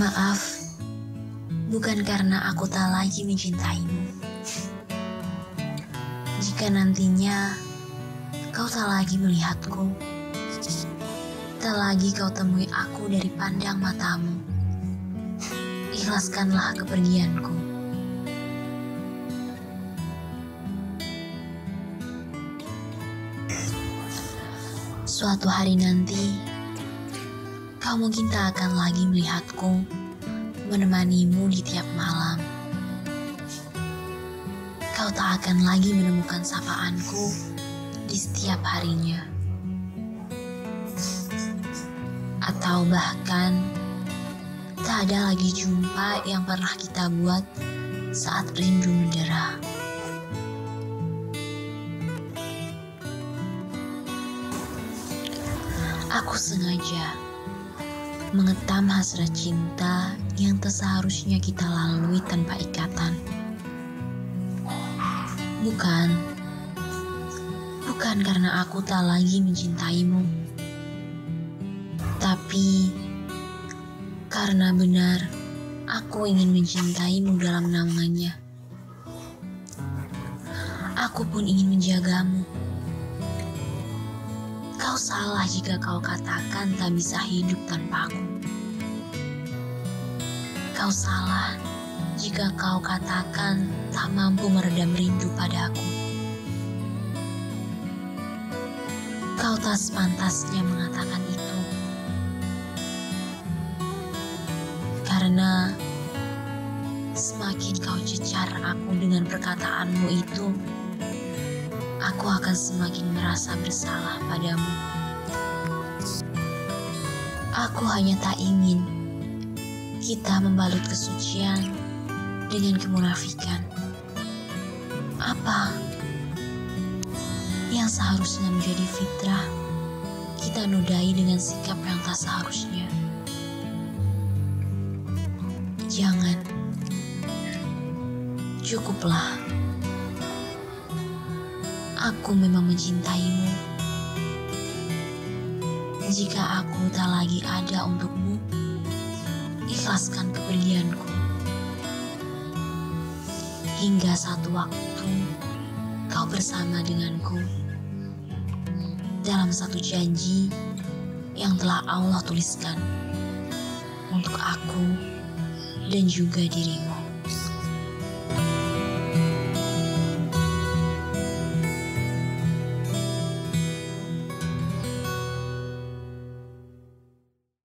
Maaf, bukan karena aku tak lagi mencintaimu. Jika nantinya kau tak lagi melihatku, tak lagi kau temui aku dari pandang matamu, ikhlaskanlah kepergianku. Suatu hari nanti, kau mungkin tak akan lagi melihatku menemanimu di tiap malam. Kau tak akan lagi menemukan sapaanku di setiap harinya. Atau bahkan, tak ada lagi jumpa yang pernah kita buat saat rindu mendera. Aku sengaja mengetam hasrat cinta yang tak seharusnya kita lalui tanpa ikatan. Bukan karena aku tak lagi mencintaimu, tapi karena benar aku ingin mencintaimu dalam naungannya. Aku pun ingin menjagamu. Kau salah jika kau katakan tak bisa hidup tanpa aku. Kau salah jika kau katakan tak mampu meredam rindu padaku. Kau tak sepantasnya mengatakan itu. Karena semakin kau cecar aku dengan perkataanmu itu, aku akan semakin merasa bersalah padamu. Aku hanya tak ingin kita membalut kesucian dengan kemunafikan. Apa yang seharusnya menjadi fitrah, kita nodai dengan sikap yang tak seharusnya. Jangan. Cukuplah. Aku memang mencintaimu. Jika aku tak lagi ada untukmu, ikhlaskan kepergianku. Hingga satu waktu kau bersama denganku dalam satu janji yang telah Allah tuliskan untuk aku dan juga dirimu.